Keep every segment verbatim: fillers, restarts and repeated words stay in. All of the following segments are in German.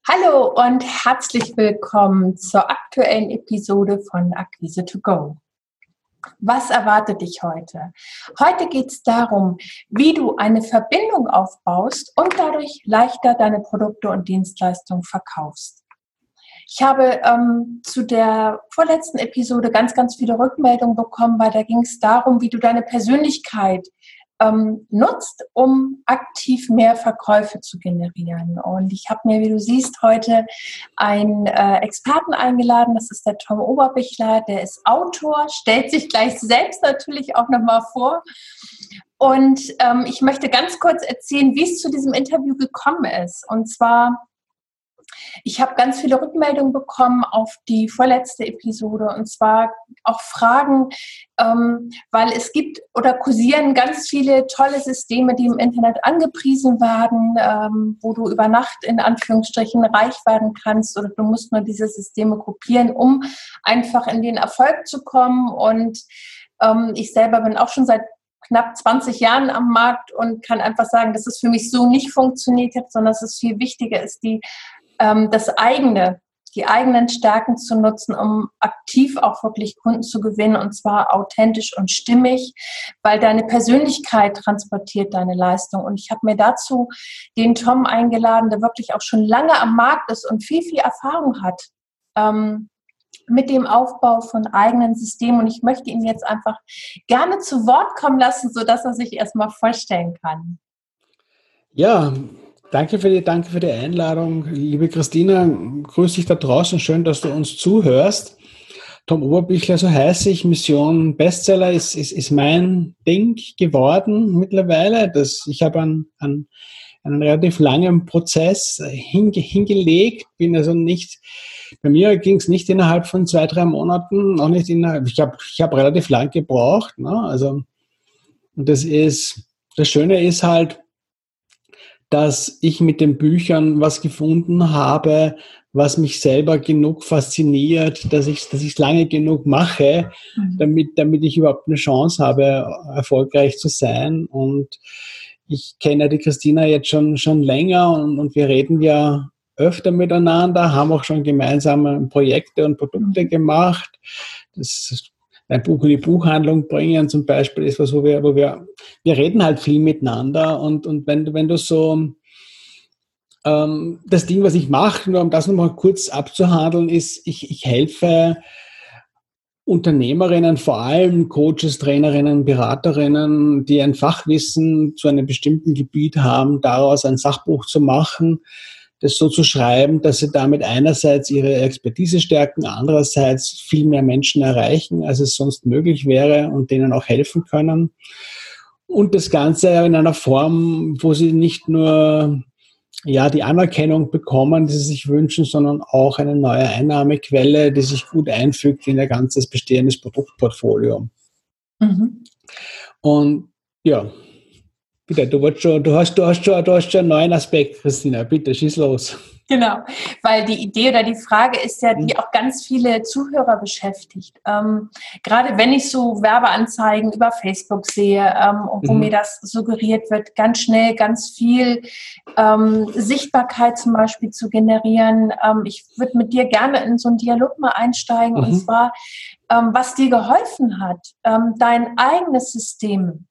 Hallo und herzlich willkommen zur aktuellen Episode von Akquise to Go. Was erwartet dich heute? Heute geht es darum, wie du eine Verbindung aufbaust und dadurch leichter deine Produkte und Dienstleistungen verkaufst. Ich habe ähm, zu der vorletzten Episode ganz, ganz viele Rückmeldungen bekommen, weil da ging es darum, wie du deine Persönlichkeit ähm, nutzt, um aktiv mehr Verkäufe zu generieren. Und ich habe mir, wie du siehst, heute einen äh, Experten eingeladen. Das ist der Tom Oberbichler, der ist Autor, stellt sich gleich selbst natürlich auch nochmal vor. Und ähm, ich möchte ganz kurz erzählen, wie es zu diesem Interview gekommen ist. Und zwar Ich habe ganz viele Rückmeldungen bekommen auf die vorletzte Episode und zwar auch Fragen, ähm, weil es gibt oder kursieren ganz viele tolle Systeme, die im Internet angepriesen werden, ähm, wo du über Nacht in Anführungsstrichen reich werden kannst oder du musst nur diese Systeme kopieren, um einfach in den Erfolg zu kommen. Und ähm, ich selber bin auch schon seit knapp zwanzig Jahren am Markt und kann einfach sagen, dass es für mich so nicht funktioniert hat, sondern dass es viel wichtiger ist, die das eigene, die eigenen Stärken zu nutzen, um aktiv auch wirklich Kunden zu gewinnen und zwar authentisch und stimmig, weil deine Persönlichkeit transportiert deine Leistung. Und ich habe mir dazu den Tom eingeladen, der wirklich auch schon lange am Markt ist und viel, viel Erfahrung hat ähm, mit dem Aufbau von eigenen Systemen. Und ich möchte ihn jetzt einfach gerne zu Wort kommen lassen, sodass er sich erstmal vorstellen kann. Ja, Danke für die, danke für die Einladung. Liebe Christina, grüß dich da draußen. Schön, dass du uns zuhörst. Tom Oberbichler, so heiße ich. Mission Bestseller ist, ist, ist mein Ding geworden mittlerweile. Das, ich habe einen, einen, einen relativ langen Prozess hinge, hingelegt. Bin also nicht, bei mir ging es nicht innerhalb von zwei, drei Monaten, auch nicht innerhalb, ich habe ich hab relativ lang gebraucht. Ne? Also, und das ist, das Schöne ist halt, dass ich mit den Büchern was gefunden habe, was mich selber genug fasziniert, dass ich dass ich es lange genug mache, damit damit ich überhaupt eine Chance habe, erfolgreich zu sein. Und ich kenne die Christina jetzt schon schon länger und, und wir reden ja öfter miteinander, haben auch schon gemeinsam Projekte und Produkte gemacht. Das ein Buch in die Buchhandlung bringen zum Beispiel ist was, wo wir, wo wir, wir reden halt viel miteinander und, und wenn, wenn du so, ähm, das Ding, was ich mache, nur um das nochmal kurz abzuhandeln, ist, ich, ich helfe Unternehmerinnen, vor allem Coaches, Trainerinnen, Beraterinnen, die ein Fachwissen zu einem bestimmten Gebiet haben, daraus ein Sachbuch zu machen, das so zu schreiben, dass sie damit einerseits ihre Expertise stärken, andererseits viel mehr Menschen erreichen, als es sonst möglich wäre und denen auch helfen können. Und das Ganze in einer Form, wo sie nicht nur ja, die Anerkennung bekommen, die sie sich wünschen, sondern auch eine neue Einnahmequelle, die sich gut einfügt in ihr ganzes bestehendes Produktportfolio. Mhm. Und ja, bitte, du, schon, du, hast, du, hast schon, du hast schon einen neuen Aspekt, Christina. Bitte, schieß los. Genau, weil die Idee oder die Frage ist ja, die auch ganz viele Zuhörer beschäftigt. Ähm, gerade wenn ich so Werbeanzeigen über Facebook sehe, ähm, wo mhm. mir das suggeriert wird, ganz schnell ganz viel ähm, Sichtbarkeit zum Beispiel zu generieren. Ähm, ich würde mit dir gerne in so einen Dialog mal einsteigen, mhm. und zwar, ähm, was dir geholfen hat, ähm, dein eigenes System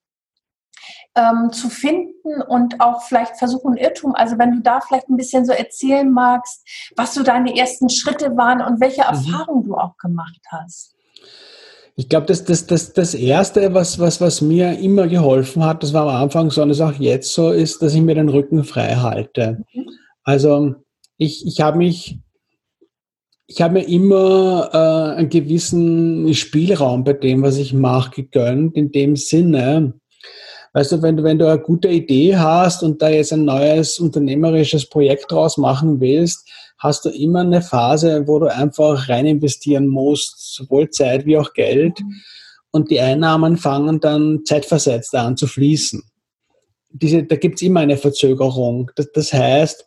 Ähm, zu finden und auch vielleicht versuchen Irrtum, also wenn du da vielleicht ein bisschen so erzählen magst, was so deine ersten Schritte waren und welche mhm. Erfahrungen du auch gemacht hast. Ich glaube, das, das, das, das Erste, was, was, was mir immer geholfen hat, das war am Anfang so und ist auch jetzt so, ist, dass ich mir den Rücken frei halte. Mhm. Also ich, ich habe mich Ich habe mir immer äh, einen gewissen Spielraum bei dem, was ich mache, gegönnt, in dem Sinne, weißt du, wenn du, wenn du eine gute Idee hast und da jetzt ein neues unternehmerisches Projekt draus machen willst, hast du immer eine Phase, wo du einfach rein investieren musst, sowohl Zeit wie auch Geld. Und die Einnahmen fangen dann zeitversetzt an zu fließen. Diese, da gibt es immer eine Verzögerung. Das, das heißt,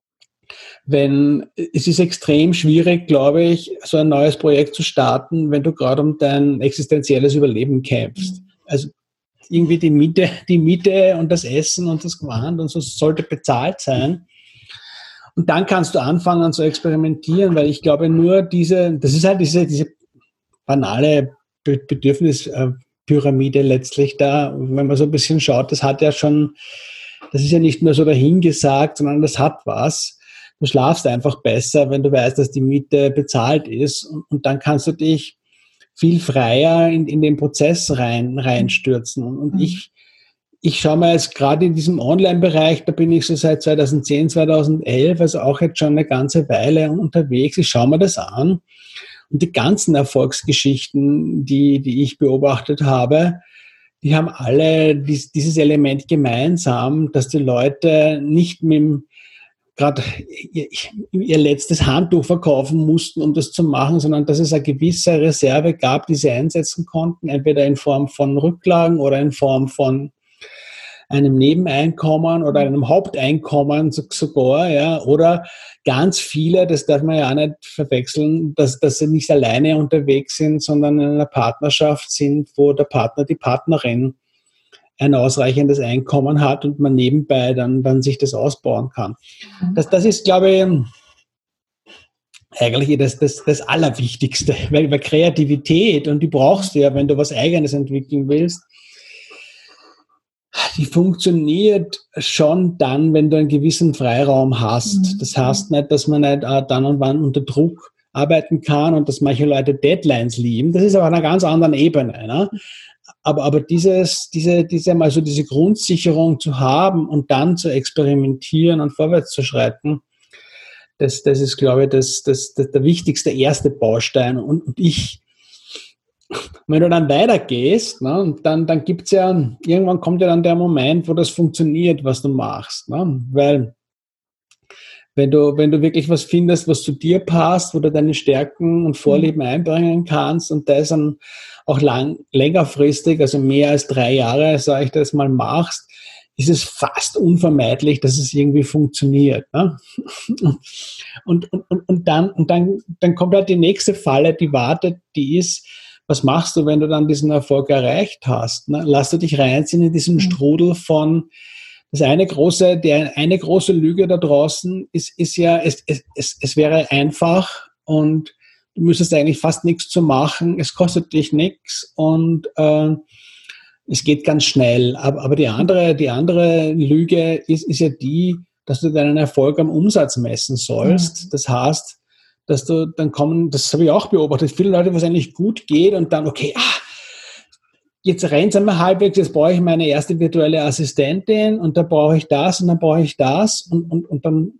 wenn, es ist extrem schwierig, glaube ich, so ein neues Projekt zu starten, wenn du gerade um dein existenzielles Überleben kämpfst. Also irgendwie die Miete, die Miete und das Essen und das Gewand und so sollte bezahlt sein. und dann kannst du anfangen zu experimentieren, weil ich glaube nur diese, das ist halt diese, diese banale Be- Bedürfnispyramide letztlich da, wenn man so ein bisschen schaut, das hat ja schon, das ist ja nicht nur so dahingesagt, sondern das hat was. Du schlafst einfach besser, wenn du weißt, dass die Miete bezahlt ist und, und dann kannst du dich viel freier in, in den Prozess rein, reinstürzen. Und, und ich, ich schaue mir jetzt gerade in diesem Online-Bereich, da bin ich so seit zweitausendzehn, zweitausendelf, also auch jetzt schon eine ganze Weile unterwegs. Ich schaue mir das an und die ganzen Erfolgsgeschichten, die, die ich beobachtet habe, die haben alle dies, dieses Element gemeinsam, dass die Leute nicht mit dem gerade ihr, ihr letztes Handtuch verkaufen mussten, um das zu machen, sondern dass es eine gewisse Reserve gab, die sie einsetzen konnten, entweder in Form von Rücklagen oder in Form von einem Nebeneinkommen oder einem Haupteinkommen sogar, ja, oder ganz viele, das darf man ja auch nicht verwechseln, dass, dass sie nicht alleine unterwegs sind, sondern in einer Partnerschaft sind, wo der Partner, die Partnerin ein ausreichendes Einkommen hat und man nebenbei dann, dann sich das ausbauen kann. Das, das ist, glaube ich, eigentlich das, das, das Allerwichtigste, weil, weil Kreativität, und die brauchst du ja, wenn du was Eigenes entwickeln willst, die funktioniert schon dann, wenn du einen gewissen Freiraum hast. Das heißt nicht, dass man nicht dann und wann unter Druck arbeiten kann und dass manche Leute Deadlines lieben. Das ist aber auf einer ganz anderen Ebene, ne? Aber, aber dieses, diese, diese, mal so diese Grundsicherung zu haben und dann zu experimentieren und vorwärts zu schreiten, das, das ist, glaube ich, das, das, das, der wichtigste erste Baustein. Und, und ich, wenn du dann weitergehst, ne, und dann, dann gibt's ja, irgendwann kommt ja dann der Moment, wo das funktioniert, was du machst, ne? Weil, wenn du, wenn du wirklich was findest, was zu dir passt, wo du deine Stärken und Vorlieben einbringen kannst und das dann auch lang, längerfristig, also mehr als drei Jahre, sage ich das mal, machst, ist es fast unvermeidlich, dass es irgendwie funktioniert. Ne? Und, und, und, und, dann, und dann, dann kommt halt die nächste Falle, die wartet, die ist, was machst du, wenn du dann diesen Erfolg erreicht hast? Ne? Lass du dich reinziehen in diesen Strudel von, das eine große, der eine große Lüge da draußen ist, ist ja, es, es, es, es wäre einfach und du müsstest eigentlich fast nichts zu machen, es kostet dich nichts und äh, es geht ganz schnell. Aber, aber die andere, die andere Lüge ist, ist ja die, dass du deinen Erfolg am Umsatz messen sollst. Das heißt, dass du dann kommen, das habe ich auch beobachtet, viele Leute, was eigentlich gut geht und dann, okay, ah, jetzt rennt es einmal halbwegs, jetzt brauche ich meine erste virtuelle Assistentin und da brauche ich das und dann brauche ich das und, und, und dann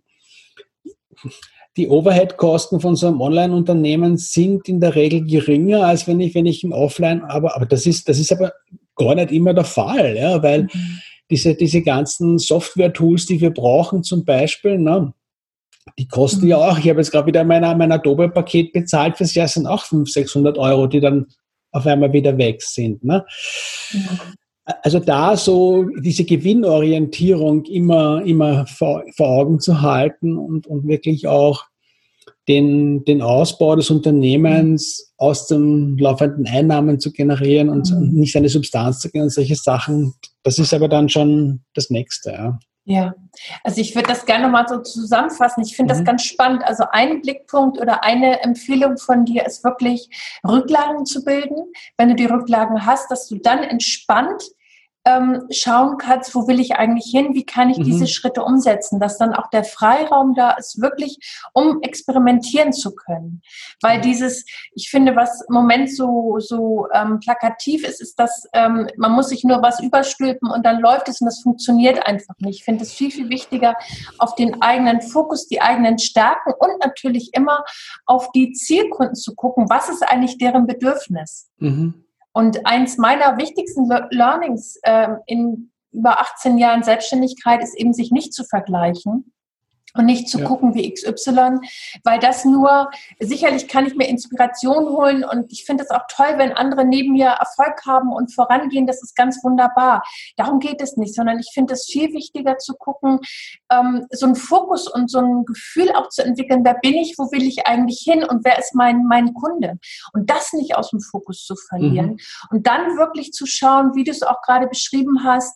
die Overhead-Kosten von so einem Online-Unternehmen sind in der Regel geringer, als wenn ich, wenn ich im Offline, aber, aber das ist, das ist aber gar nicht immer der Fall, ja, weil mhm. diese, diese ganzen Software-Tools, die wir brauchen zum Beispiel, ne, die kosten mhm. ja auch, ich habe jetzt gerade wieder mein, mein Adobe-Paket bezahlt, fürs Jahr sind auch fünfhundert, sechshundert Euro, die dann auf einmal wieder weg sind. Ne? Ja. Also da so diese Gewinnorientierung immer, immer vor, vor Augen zu halten und, und wirklich auch den, den Ausbau des Unternehmens aus den laufenden Einnahmen zu generieren und mhm. nicht seine Substanz zu gehen und solche Sachen, das ist aber dann schon das Nächste. Ja. Ja, also ich würde das gerne nochmal so zusammenfassen. Ich finde mhm. das ganz spannend. Also ein Blickpunkt oder eine Empfehlung von dir ist wirklich, Rücklagen zu bilden. Wenn du die Rücklagen hast, dass du dann entspannt ähm, schauen kannst, wo will ich eigentlich hin, wie kann ich mhm. diese Schritte umsetzen, dass dann auch der Freiraum da ist, wirklich um experimentieren zu können. Weil ja. dieses, ich finde, was im Moment so, so ähm, plakativ ist, ist, dass ähm, man muss sich nur was überstülpen und dann läuft es und das funktioniert einfach nicht. Ich finde es viel, viel wichtiger, auf den eigenen Fokus, die eigenen Stärken und natürlich immer auf die Zielkunden zu gucken, was ist eigentlich deren Bedürfnis. Mhm. Und eins meiner wichtigsten Learnings äh, in über achtzehn Jahren Selbstständigkeit ist eben, sich nicht zu vergleichen und nicht zu ja. gucken wie X Y, weil das nur, sicherlich kann ich mir Inspiration holen und ich finde es auch toll, wenn andere neben mir Erfolg haben und vorangehen, das ist ganz wunderbar. Darum geht es nicht, sondern ich finde es viel wichtiger zu gucken, ähm, so einen Fokus und so ein Gefühl auch zu entwickeln, wer bin ich, wo will ich eigentlich hin und wer ist mein, mein Kunde? Und das nicht aus dem Fokus zu verlieren mhm. und dann wirklich zu schauen, wie du es auch gerade beschrieben hast,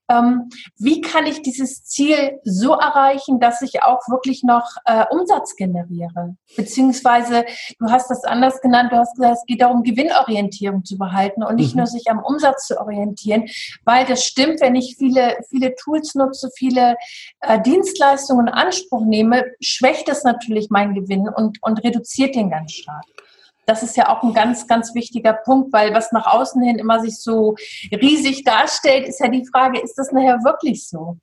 ähm, wie kann ich dieses Ziel so erreichen, dass ich auch wirklich noch äh, Umsatz generiere? Beziehungsweise, du hast das anders genannt, du hast gesagt, es geht darum, Gewinnorientierung zu behalten und nicht Mhm. nur sich am Umsatz zu orientieren, weil das stimmt, wenn ich viele, viele Tools nutze, viele äh, Dienstleistungen in Anspruch nehme, schwächt das natürlich meinen Gewinn und, und reduziert den ganz stark. Das ist ja auch ein ganz, ganz wichtiger Punkt, weil was nach außen hin immer sich so riesig darstellt, ist ja die Frage, ist das nachher wirklich so?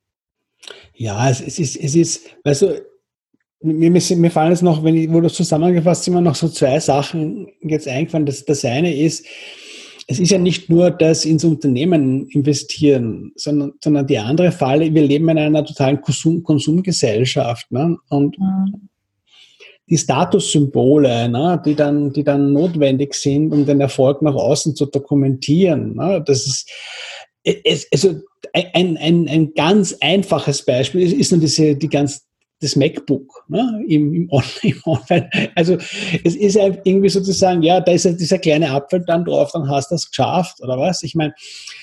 Ja, es, es ist, es ist, weißt du, mir, mir, mir fallen jetzt noch, wenn ich, wo du zusammengefasst sind, mir noch so zwei Sachen jetzt eingefallen. Das, das eine ist, es ist ja nicht nur das ins Unternehmen investieren, sondern, sondern die andere Falle, wir leben in einer totalen Konsum, Konsumgesellschaft, ne? Und Mhm. die Statussymbole, ne, die dann, die dann notwendig sind, um den Erfolg nach außen zu dokumentieren. Ne, das ist, es, also ein, ein, ein ganz einfaches Beispiel ist, ist nur diese, die ganz, das MacBook, ne, im, im, im Online. Also es ist irgendwie sozusagen, ja, da ist ja dieser kleine Apfel dann drauf, dann hast du das geschafft, oder was? Ich meine,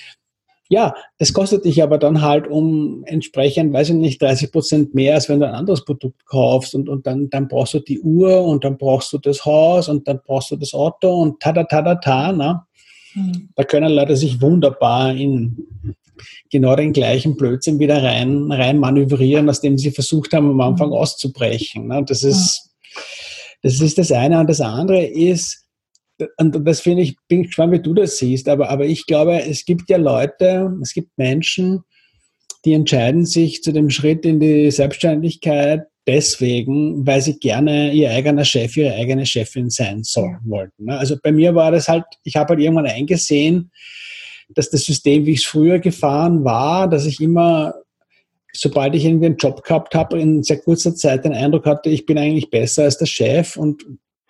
ja, das kostet dich aber dann halt um entsprechend, weiß ich nicht, dreißig Prozent mehr, als wenn du ein anderes Produkt kaufst und, und dann, dann brauchst du die Uhr und dann brauchst du das Haus und dann brauchst du das Auto und tada, tada, ta, ne? Mhm. Da können Leute sich wunderbar in genau den gleichen Blödsinn wieder rein, rein manövrieren, aus dem sie versucht haben, am Anfang mhm. auszubrechen. Ne? Das ist, das ist das eine. Und das andere ist, und das finde ich, bin gespannt, wie du das siehst, aber, aber ich glaube, es gibt ja Leute, es gibt Menschen, die entscheiden sich zu dem Schritt in die Selbstständigkeit deswegen, weil sie gerne ihr eigener Chef, ihre eigene Chefin sein sollen wollten. Also bei mir war das halt, ich habe halt irgendwann eingesehen, dass das System, wie ich es früher gefahren war, dass ich immer, sobald ich irgendwie einen Job gehabt habe, in sehr kurzer Zeit den Eindruck hatte, ich bin eigentlich besser als der Chef und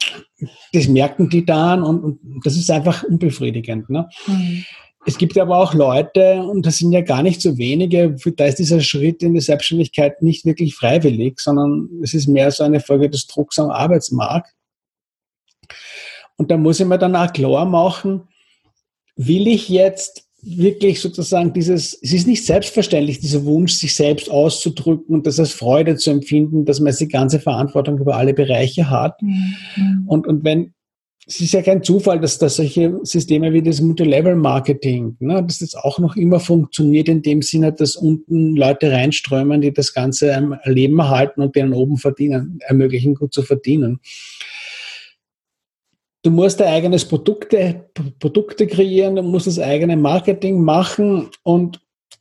das merken die dann und, und das ist einfach unbefriedigend. Ne? Mhm. Es gibt aber auch Leute, und das sind ja gar nicht so wenige, da ist dieser Schritt in die Selbstständigkeit nicht wirklich freiwillig, sondern es ist mehr so eine Folge des Drucks am Arbeitsmarkt. Und da muss ich mir dann auch klar machen, will ich jetzt wirklich sozusagen dieses, es ist nicht selbstverständlich, dieser Wunsch, sich selbst auszudrücken und das als Freude zu empfinden, dass man die ganze Verantwortung über alle Bereiche hat. Mhm. Und, und wenn, es ist ja kein Zufall, dass, dass solche Systeme wie das Multilevel-Marketing, ne, dass das auch noch immer funktioniert in dem Sinne, dass unten Leute reinströmen, die das Ganze am Leben erhalten und denen oben verdienen, ermöglichen, gut zu verdienen. Du musst dein eigenes Produkte, Produkte kreieren, du musst das eigene Marketing machen und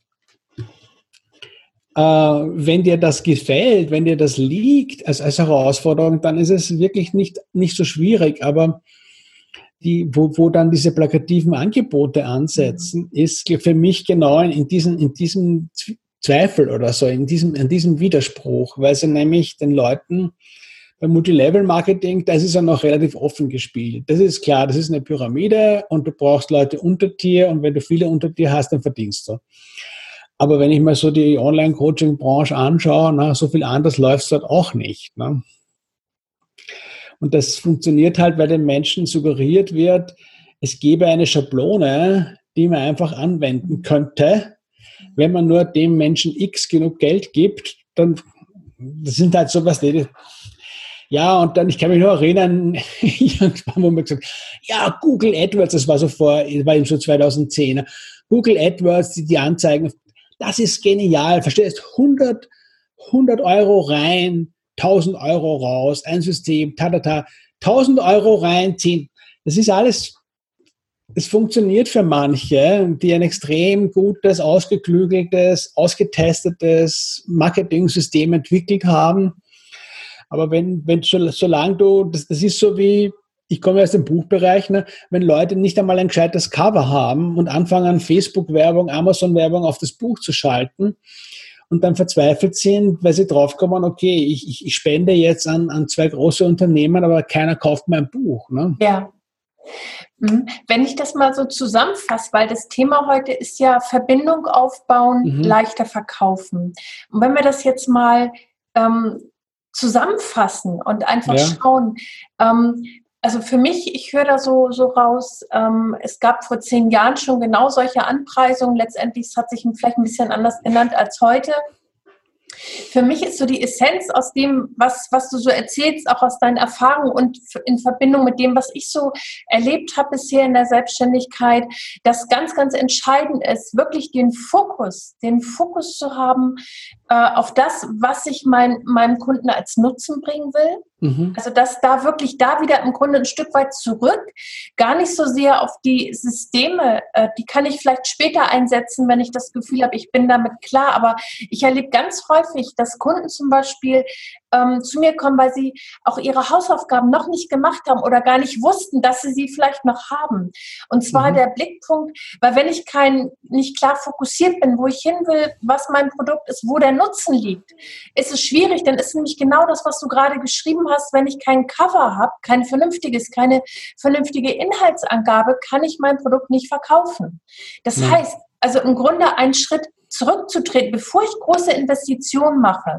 äh, wenn dir das gefällt, wenn dir das liegt als, als Herausforderung, dann ist es wirklich nicht, nicht so schwierig, aber die, wo, wo dann diese plakativen Angebote ansetzen, ist für mich genau in diesem, in diesem Zweifel oder so, in diesem, in diesem Widerspruch, weil sie nämlich den Leuten beim Multilevel-Marketing, das ist ja noch relativ offen gespielt. Das ist klar, das ist eine Pyramide und du brauchst Leute unter dir und wenn du viele unter dir hast, dann verdienst du. Aber wenn ich mir so die Online-Coaching-Branche anschaue, na, so viel anders läuft es dort auch nicht. Ne? Und das funktioniert halt, weil den Menschen suggeriert wird, es gäbe eine Schablone, die man einfach anwenden könnte. Wenn man nur dem Menschen X genug Geld gibt, dann, das sind halt sowas, die, ja, und dann, ich kann mich nur erinnern, irgendwann, wo man gesagt ja, Google AdWords, das war so vor, das war eben so zweitausendzehn, Google AdWords, die, die Anzeigen, das ist genial, verstehst, hundert, hundert Euro rein, tausend Euro raus, ein System, ta, ta, ta, tausend Euro rein, zehn, das ist alles, es funktioniert für manche, die ein extrem gutes, ausgeklügeltes, ausgetestetes Marketing-System entwickelt haben. Aber wenn, wenn solange du, das, das ist so wie, ich komme aus dem Buchbereich, ne, wenn Leute nicht einmal ein gescheites Cover haben und anfangen, Facebook-Werbung, Amazon-Werbung auf das Buch zu schalten und dann verzweifelt sind, weil sie draufkommen, okay, ich, ich, ich spende jetzt an, an zwei große Unternehmen, aber keiner kauft mein Buch. Ne? Ja. Wenn ich das mal so zusammenfasse, weil das Thema heute ist ja Verbindung aufbauen, mhm. leichter verkaufen. Und wenn wir das jetzt mal ähm, zusammenfassen und einfach ja. schauen, ähm, Also für mich, ich höre da so, so raus, ähm, es gab vor zehn Jahren schon genau solche Anpreisungen. Letztendlich es hat sich vielleicht ein bisschen anders genannt als heute. Für mich ist so die Essenz aus dem, was, was du so erzählst, auch aus deinen Erfahrungen und in Verbindung mit dem, was ich so erlebt habe bisher in der Selbstständigkeit, dass ganz, ganz entscheidend ist, wirklich den Fokus, den Fokus zu haben äh, auf das, was ich mein, meinem Kunden als Nutzen bringen will. Mhm. Also dass da wirklich da wieder im Grunde ein Stück weit zurück, gar nicht so sehr auf die Systeme, äh, die kann ich vielleicht später einsetzen, wenn ich das Gefühl habe, ich bin damit klar, aber ich erlebe ganz häufig, dass Kunden zum Beispiel ähm, zu mir kommen, weil sie auch ihre Hausaufgaben noch nicht gemacht haben oder gar nicht wussten, dass sie sie vielleicht noch haben. Und zwar mhm. der Blickpunkt, weil wenn ich kein, nicht klar fokussiert bin, wo ich hin will, was mein Produkt ist, wo der Nutzen liegt, ist es schwierig, dann ist nämlich genau das, was du gerade geschrieben hast, wenn ich kein Cover habe, kein vernünftiges, keine vernünftige Inhaltsangabe, kann ich mein Produkt nicht verkaufen. Das mhm. heißt, also im Grunde einen Schritt zurückzutreten, bevor ich große Investitionen mache,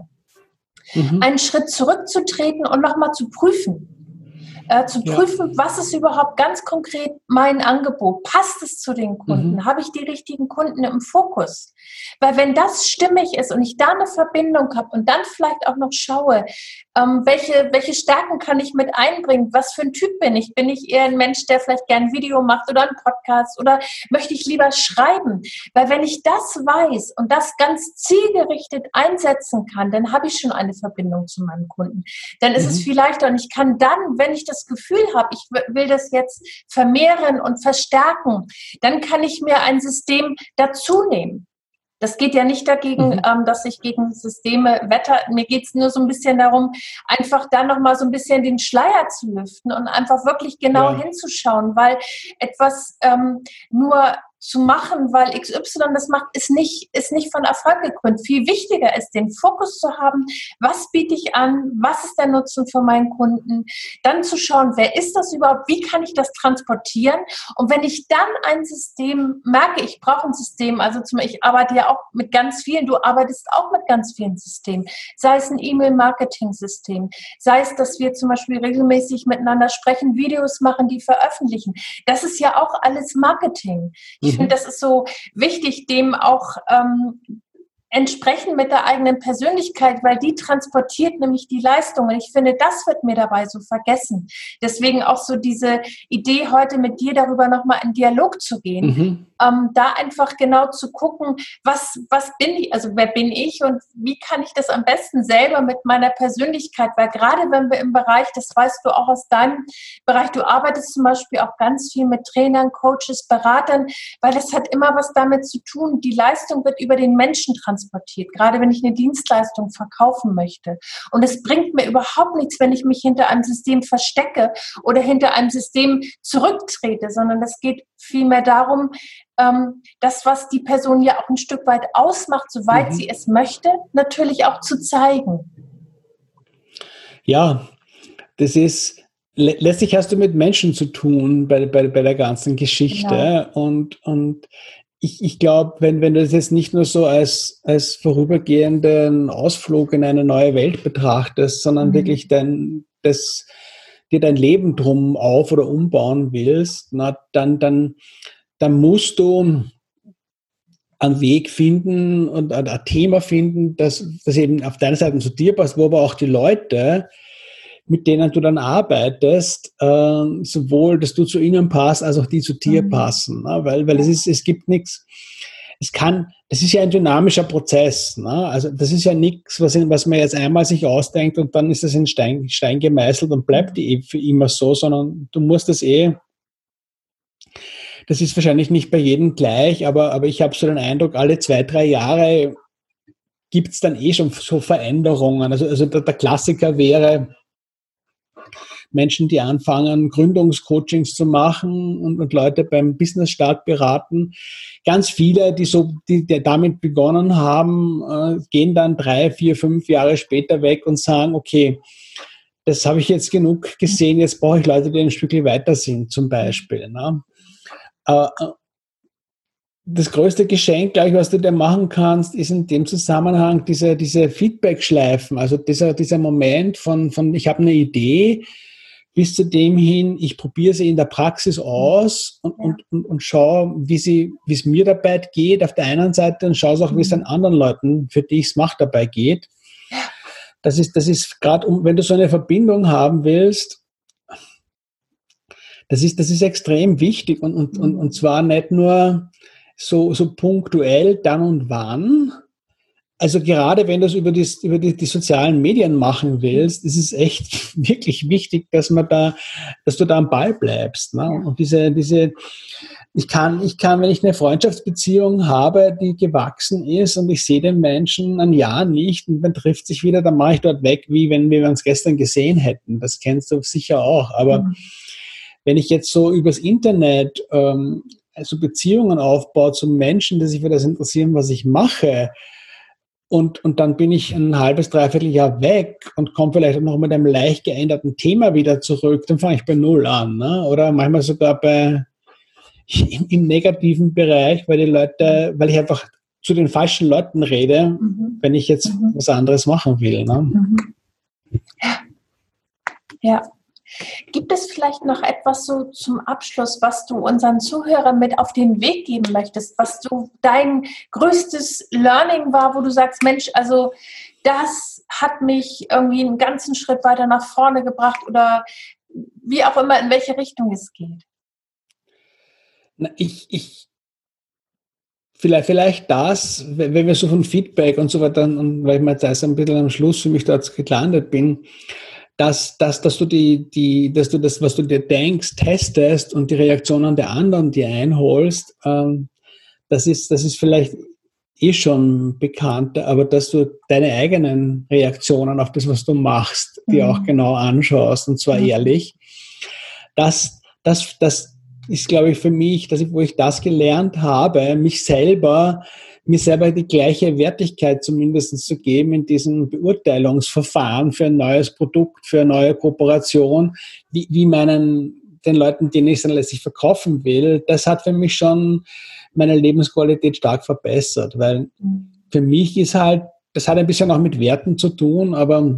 mhm. einen Schritt zurückzutreten und nochmal zu prüfen. Äh, zu prüfen, ja. was ist überhaupt ganz konkret mein Angebot? Passt es zu den Kunden? Mhm. Habe ich die richtigen Kunden im Fokus? Weil wenn das stimmig ist und ich da eine Verbindung habe und dann vielleicht auch noch schaue, ähm, welche, welche Stärken kann ich mit einbringen? Was für ein Typ bin ich? Bin ich eher ein Mensch, der vielleicht gerne ein Video macht oder einen Podcast oder möchte ich lieber schreiben? Weil wenn ich das weiß und das ganz zielgerichtet einsetzen kann, dann habe ich schon eine Verbindung zu meinem Kunden. Dann ist mhm. es viel leichter und ich kann dann, wenn ich das Gefühl habe, ich will das jetzt vermehren und verstärken, dann kann ich mir ein System dazu nehmen. Das geht ja nicht dagegen, mhm. ähm, dass ich gegen Systeme wetter. Mir geht es nur so ein bisschen darum, einfach da nochmal so ein bisschen den Schleier zu lüften und einfach wirklich genau ja. hinzuschauen, weil etwas ähm, nur zu machen, weil X Y das macht, ist nicht, ist nicht von Erfolg gekrönt. Viel wichtiger ist, den Fokus zu haben, was biete ich an, was ist der Nutzen für meinen Kunden, dann zu schauen, wer ist das überhaupt, wie kann ich das transportieren und wenn ich dann ein System merke, ich brauche ein System, also zum Beispiel, ich arbeite ja auch mit ganz vielen, du arbeitest auch mit ganz vielen Systemen, sei es ein E-Mail-Marketing-System, sei es, dass wir zum Beispiel regelmäßig miteinander sprechen, Videos machen, die veröffentlichen. Das ist ja auch alles Marketing. Ich Ich finde, das ist so wichtig, dem auch ähm, entsprechend mit der eigenen Persönlichkeit, weil die transportiert nämlich die Leistung. Und ich finde, das wird mir dabei so vergessen. Deswegen auch so diese Idee, heute mit dir darüber nochmal in Dialog zu gehen. Mhm. Ähm, da einfach genau zu gucken, was, was bin ich, also wer bin ich und wie kann ich das am besten selber mit meiner Persönlichkeit, weil gerade wenn wir im Bereich, das weißt du auch aus deinem Bereich, du arbeitest zum Beispiel auch ganz viel mit Trainern, Coaches, Beratern, weil das hat immer was damit zu tun, die Leistung wird über den Menschen transportiert, gerade wenn ich eine Dienstleistung verkaufen möchte. Und es bringt mir überhaupt nichts, wenn ich mich hinter einem System verstecke oder hinter einem System zurücktrete, sondern es geht vielmehr darum, ähm, das, was die Person ja auch ein Stück weit ausmacht, soweit mhm. sie es möchte, natürlich auch zu zeigen. Ja, das ist, letztlich hast du mit Menschen zu tun bei, bei, bei der ganzen Geschichte. Genau. Und, und ich, ich glaube, wenn, wenn du das jetzt nicht nur so als, als vorübergehenden Ausflug in eine neue Welt betrachtest, sondern mhm. wirklich dein, das, dir dein Leben drum auf- oder umbauen willst, na, dann, dann, dann musst du einen Weg finden und ein, ein Thema finden, das, das eben auf deiner Seite zu dir passt, wo aber auch die Leute, mit denen du dann arbeitest, äh, sowohl, dass du zu ihnen passt, als auch die zu dir mhm. passen. Ne? Weil, weil es ist, es gibt nichts, es kann, das ist ja ein dynamischer Prozess. Ne? Also das ist ja nichts, was, was man jetzt einmal sich ausdenkt und dann ist das in Stein, Stein gemeißelt und bleibt die für immer so, sondern du musst das eh, das ist wahrscheinlich nicht bei jedem gleich, aber, aber ich habe so den Eindruck, alle zwei, drei Jahre gibt es dann eh schon so Veränderungen. Also, also der, der Klassiker wäre, Menschen, die anfangen, Gründungscoachings zu machen und, und Leute beim Business-Start beraten. Ganz viele, die so, die, die damit begonnen haben, äh, gehen dann drei, vier, fünf Jahre später weg und sagen, okay, das habe ich jetzt genug gesehen, jetzt brauche ich Leute, die ein Stückchen weiter sind, zum Beispiel. Ne? Äh, das größte Geschenk, glaube ich, was du dir machen kannst, ist in dem Zusammenhang diese, diese Feedback-Schleifen, also dieser, dieser Moment von, von ich habe eine Idee, bis zu dem hin, ich probiere sie in der Praxis aus und, ja. und, und, und schaue, wie sie, wie es mir dabei geht auf der einen Seite und schaue auch, wie es den anderen Leuten, für die ich es mache, dabei geht. Das ist, das ist gerade, um, wenn du so eine Verbindung haben willst, das ist, das ist extrem wichtig und, und, und, und zwar nicht nur so, so punktuell dann und wann. Also gerade wenn du es über, die, über die, die sozialen Medien machen willst, ist es echt wirklich wichtig, dass man da, dass du da am Ball bleibst. Ne? Und diese, diese, ich kann, ich kann, wenn ich eine Freundschaftsbeziehung habe, die gewachsen ist und ich sehe den Menschen ein Jahr nicht und man trifft sich wieder, dann mache ich dort weg, wie wenn wir uns gestern gesehen hätten. Das kennst du sicher auch. Aber mhm. wenn ich jetzt so übers Internet ähm, also Beziehungen aufbaue zu Menschen, die sich für das interessieren, was ich mache, Und, und dann bin ich ein halbes, dreiviertel Jahr weg und komme vielleicht noch mit einem leicht geänderten Thema wieder zurück, dann fange ich bei Null an. Ne? Oder manchmal sogar bei, im, im negativen Bereich, weil die Leute, weil ich einfach zu den falschen Leuten rede, mhm. wenn ich jetzt mhm. was anderes machen will. Ne? Mhm. Ja. Gibt es vielleicht noch etwas so zum Abschluss, was du unseren Zuhörern mit auf den Weg geben möchtest, was du dein größtes Learning war, wo du sagst, Mensch, also das hat mich irgendwie einen ganzen Schritt weiter nach vorne gebracht oder wie auch immer, in welche Richtung es geht? Na, ich, ich vielleicht, vielleicht das, wenn wir so von Feedback und so weiter, und weil ich mir jetzt ein bisschen am Schluss für mich dort gelandet bin, Dass, dass, dass du die, die, dass du das, was du dir denkst, testest und die Reaktionen der anderen dir einholst, ähm, das ist, das ist vielleicht eh schon bekannt, aber dass du deine eigenen Reaktionen auf das, was du machst, mhm. die auch genau anschaust und zwar mhm. ehrlich, das, das, das ist, glaube ich, für mich, dass ich, wo ich das gelernt habe, mich selber mir selber die gleiche Wertigkeit zumindest zu geben in diesem Beurteilungsverfahren für ein neues Produkt, für eine neue Kooperation, wie, wie meinen, den Leuten, denen ich es dann letztlich verkaufen will, das hat für mich schon meine Lebensqualität stark verbessert, weil für mich ist halt, das hat ein bisschen auch mit Werten zu tun, aber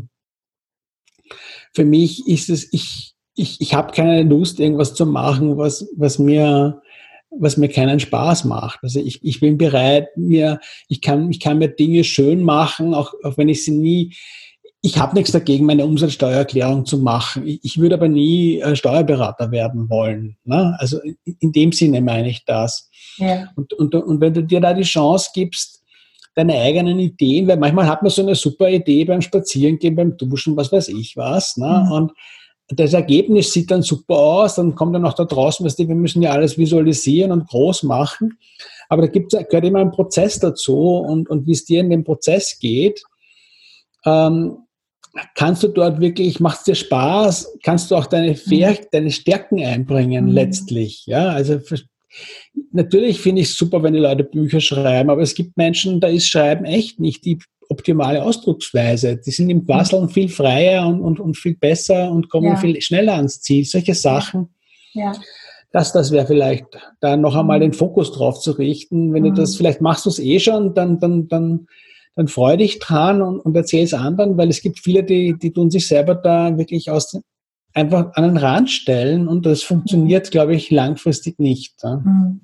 für mich ist es, ich, ich, ich habe keine Lust, irgendwas zu machen, was, was mir was mir keinen Spaß macht. Also ich, ich bin bereit, mir, ich kann, ich kann mir Dinge schön machen, auch, auch wenn ich sie nie, ich habe nichts dagegen, meine Umsatzsteuererklärung zu machen. Ich, ich würde aber nie äh, Steuerberater werden wollen. Ne? Also in, in dem Sinne meine ich das. Ja. Und, und, und wenn du dir da die Chance gibst, deine eigenen Ideen, weil manchmal hat man so eine super Idee beim Spazierengehen, beim Duschen, was weiß ich was, ne? Mhm. Und das Ergebnis sieht dann super aus, dann kommt dann noch da draußen, weißt du, wir müssen ja alles visualisieren und groß machen, aber da gibt's, gehört immer ein Prozess dazu und, und wie es dir in dem Prozess geht, ähm, kannst du dort wirklich, macht es dir Spaß, kannst du auch deine, Fäh- deine Stärken einbringen mhm. letztlich, ja, also natürlich finde ich es super, wenn die Leute Bücher schreiben, aber es gibt Menschen, da ist Schreiben echt nicht die optimale Ausdrucksweise. Die sind im Quasseln viel freier und, und, und viel besser und kommen ja. viel schneller ans Ziel. Solche Sachen, ja. Ja. das, das wäre vielleicht, da noch einmal mhm. den Fokus drauf zu richten. Wenn mhm. du das, vielleicht machst du es eh schon, dann, dann, dann, dann freu dich dran und, und erzähl es anderen, weil es gibt viele, die, die tun sich selber da wirklich aus, einfach an den Rand stellen und das funktioniert, mhm. glaube ich, langfristig nicht. Ja.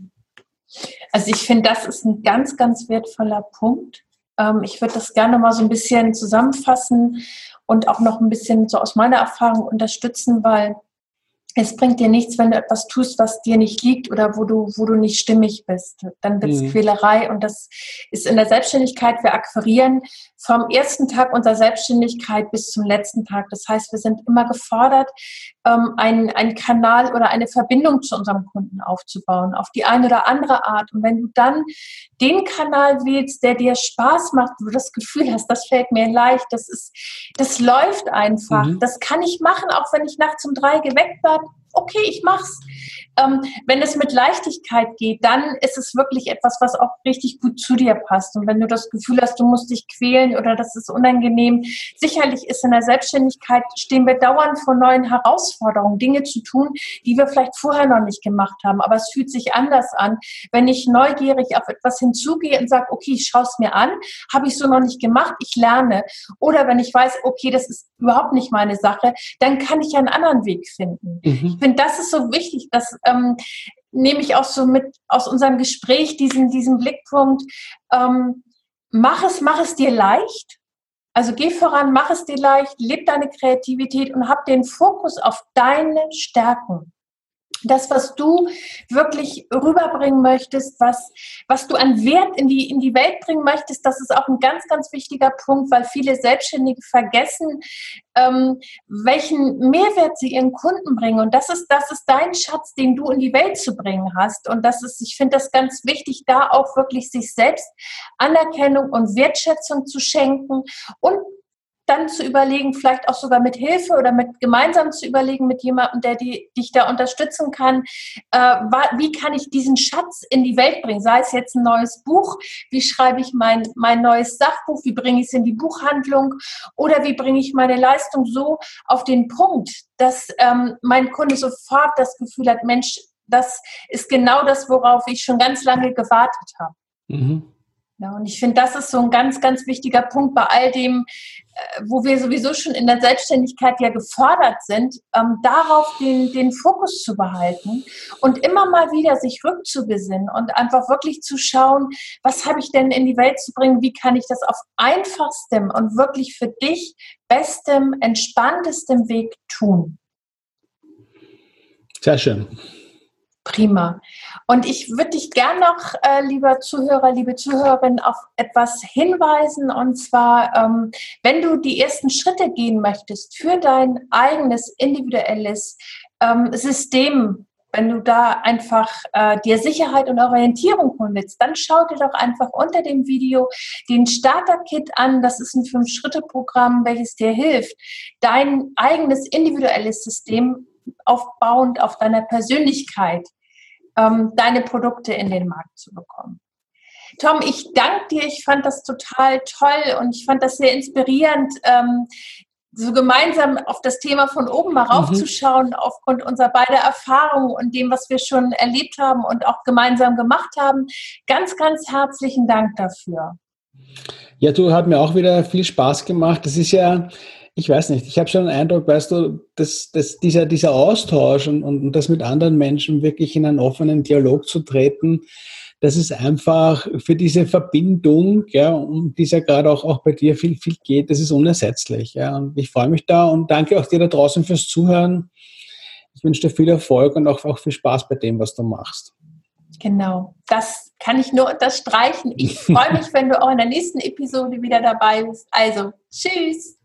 Also ich finde, das ist ein ganz, ganz wertvoller Punkt. Ich würde das gerne mal so ein bisschen zusammenfassen und auch noch ein bisschen so aus meiner Erfahrung unterstützen, weil es bringt dir nichts, wenn du etwas tust, was dir nicht liegt oder wo du, wo du nicht stimmig bist. Dann wird es mhm. Quälerei und das ist in der Selbstständigkeit. Wir akquirieren vom ersten Tag unserer Selbstständigkeit bis zum letzten Tag. Das heißt, wir sind immer gefordert, ähm, einen, einen Kanal oder eine Verbindung zu unserem Kunden aufzubauen, auf die eine oder andere Art. Und wenn du dann den Kanal wählst, der dir Spaß macht, wo du das Gefühl hast, das fällt mir leicht, das ist, das läuft einfach. Mhm. Das kann ich machen, auch wenn ich nachts um drei geweckt werde. Okay, ich mach's. ähm, wenn es mit Leichtigkeit geht, dann ist es wirklich etwas, was auch richtig gut zu dir passt. Und wenn du das Gefühl hast, du musst dich quälen oder das ist unangenehm, sicherlich ist in der Selbstständigkeit, stehen wir dauernd vor neuen Herausforderungen, Dinge zu tun, die wir vielleicht vorher noch nicht gemacht haben. Aber es fühlt sich anders an, wenn ich neugierig auf etwas hinzugehe und sage, okay, ich schaue es mir an, habe ich so noch nicht gemacht, ich lerne. Oder wenn ich weiß, okay, das ist überhaupt nicht meine Sache, dann kann ich einen anderen Weg finden. Mhm. Ich finde, das ist so wichtig, dass ähm, nehme ich auch so mit aus unserem Gespräch diesen, diesen Blickpunkt, ähm, mach es, mach es dir leicht. Also geh voran, mach es dir leicht, leb deine Kreativität und hab den Fokus auf deine Stärken. Das, was du wirklich rüberbringen möchtest, was, was du an Wert in die, in die Welt bringen möchtest, das ist auch ein ganz, ganz wichtiger Punkt, weil viele Selbstständige vergessen, ähm, welchen Mehrwert sie ihren Kunden bringen. Und das ist, das ist dein Schatz, den du in die Welt zu bringen hast. Und das ist, ich finde das ganz wichtig, da auch wirklich sich selbst Anerkennung und Wertschätzung zu schenken und dann zu überlegen, vielleicht auch sogar mit Hilfe oder mit gemeinsam zu überlegen mit jemandem, der die, dich da unterstützen kann, äh, wie kann ich diesen Schatz in die Welt bringen? Sei es jetzt ein neues Buch, wie schreibe ich mein, mein neues Sachbuch, wie bringe ich es in die Buchhandlung oder wie bringe ich meine Leistung so auf den Punkt, dass ähm, mein Kunde sofort das Gefühl hat, Mensch, das ist genau das, worauf ich schon ganz lange gewartet habe. Mhm. Ja, und ich finde, das ist so ein ganz, ganz wichtiger Punkt bei all dem, äh, wo wir sowieso schon in der Selbstständigkeit ja gefordert sind, ähm, darauf den, den Fokus zu behalten und immer mal wieder sich rückzubesinnen und einfach wirklich zu schauen, was habe ich denn in die Welt zu bringen, wie kann ich das auf einfachstem und wirklich für dich bestem, entspanntestem Weg tun. Sehr schön. Prima. Und ich würde dich gern noch, äh, lieber Zuhörer, liebe Zuhörerin, auf etwas hinweisen. Und zwar, ähm, wenn du die ersten Schritte gehen möchtest für dein eigenes individuelles ähm, System, wenn du da einfach äh, dir Sicherheit und Orientierung holen willst, dann schau dir doch einfach unter dem Video den Starter-Kit an. Das ist ein Fünf-Schritte-Programm, welches dir hilft, dein eigenes individuelles System aufbauend auf deiner Persönlichkeit, ähm, deine Produkte in den Markt zu bekommen. Tom, ich danke dir, ich fand das total toll und ich fand das sehr inspirierend, ähm, so gemeinsam auf das Thema von oben mal raufzuschauen, mhm. aufgrund unserer beider Erfahrungen und dem, was wir schon erlebt haben und auch gemeinsam gemacht haben. Ganz, ganz herzlichen Dank dafür. Ja, du, hat mir auch wieder viel Spaß gemacht. Das ist ja, ich weiß nicht, ich habe schon den Eindruck, weißt du, dass, dass dieser, dieser Austausch und, und das mit anderen Menschen wirklich in einen offenen Dialog zu treten, das ist einfach für diese Verbindung, ja, um die es ja gerade auch, auch bei dir viel, viel geht, das ist unersetzlich. Ja. Und ich freue mich da und danke auch dir da draußen fürs Zuhören. Ich wünsche dir viel Erfolg und auch, auch viel Spaß bei dem, was du machst. Genau, das kann ich nur unterstreichen. Ich freue mich, wenn du auch in der nächsten Episode wieder dabei bist. Also, tschüss!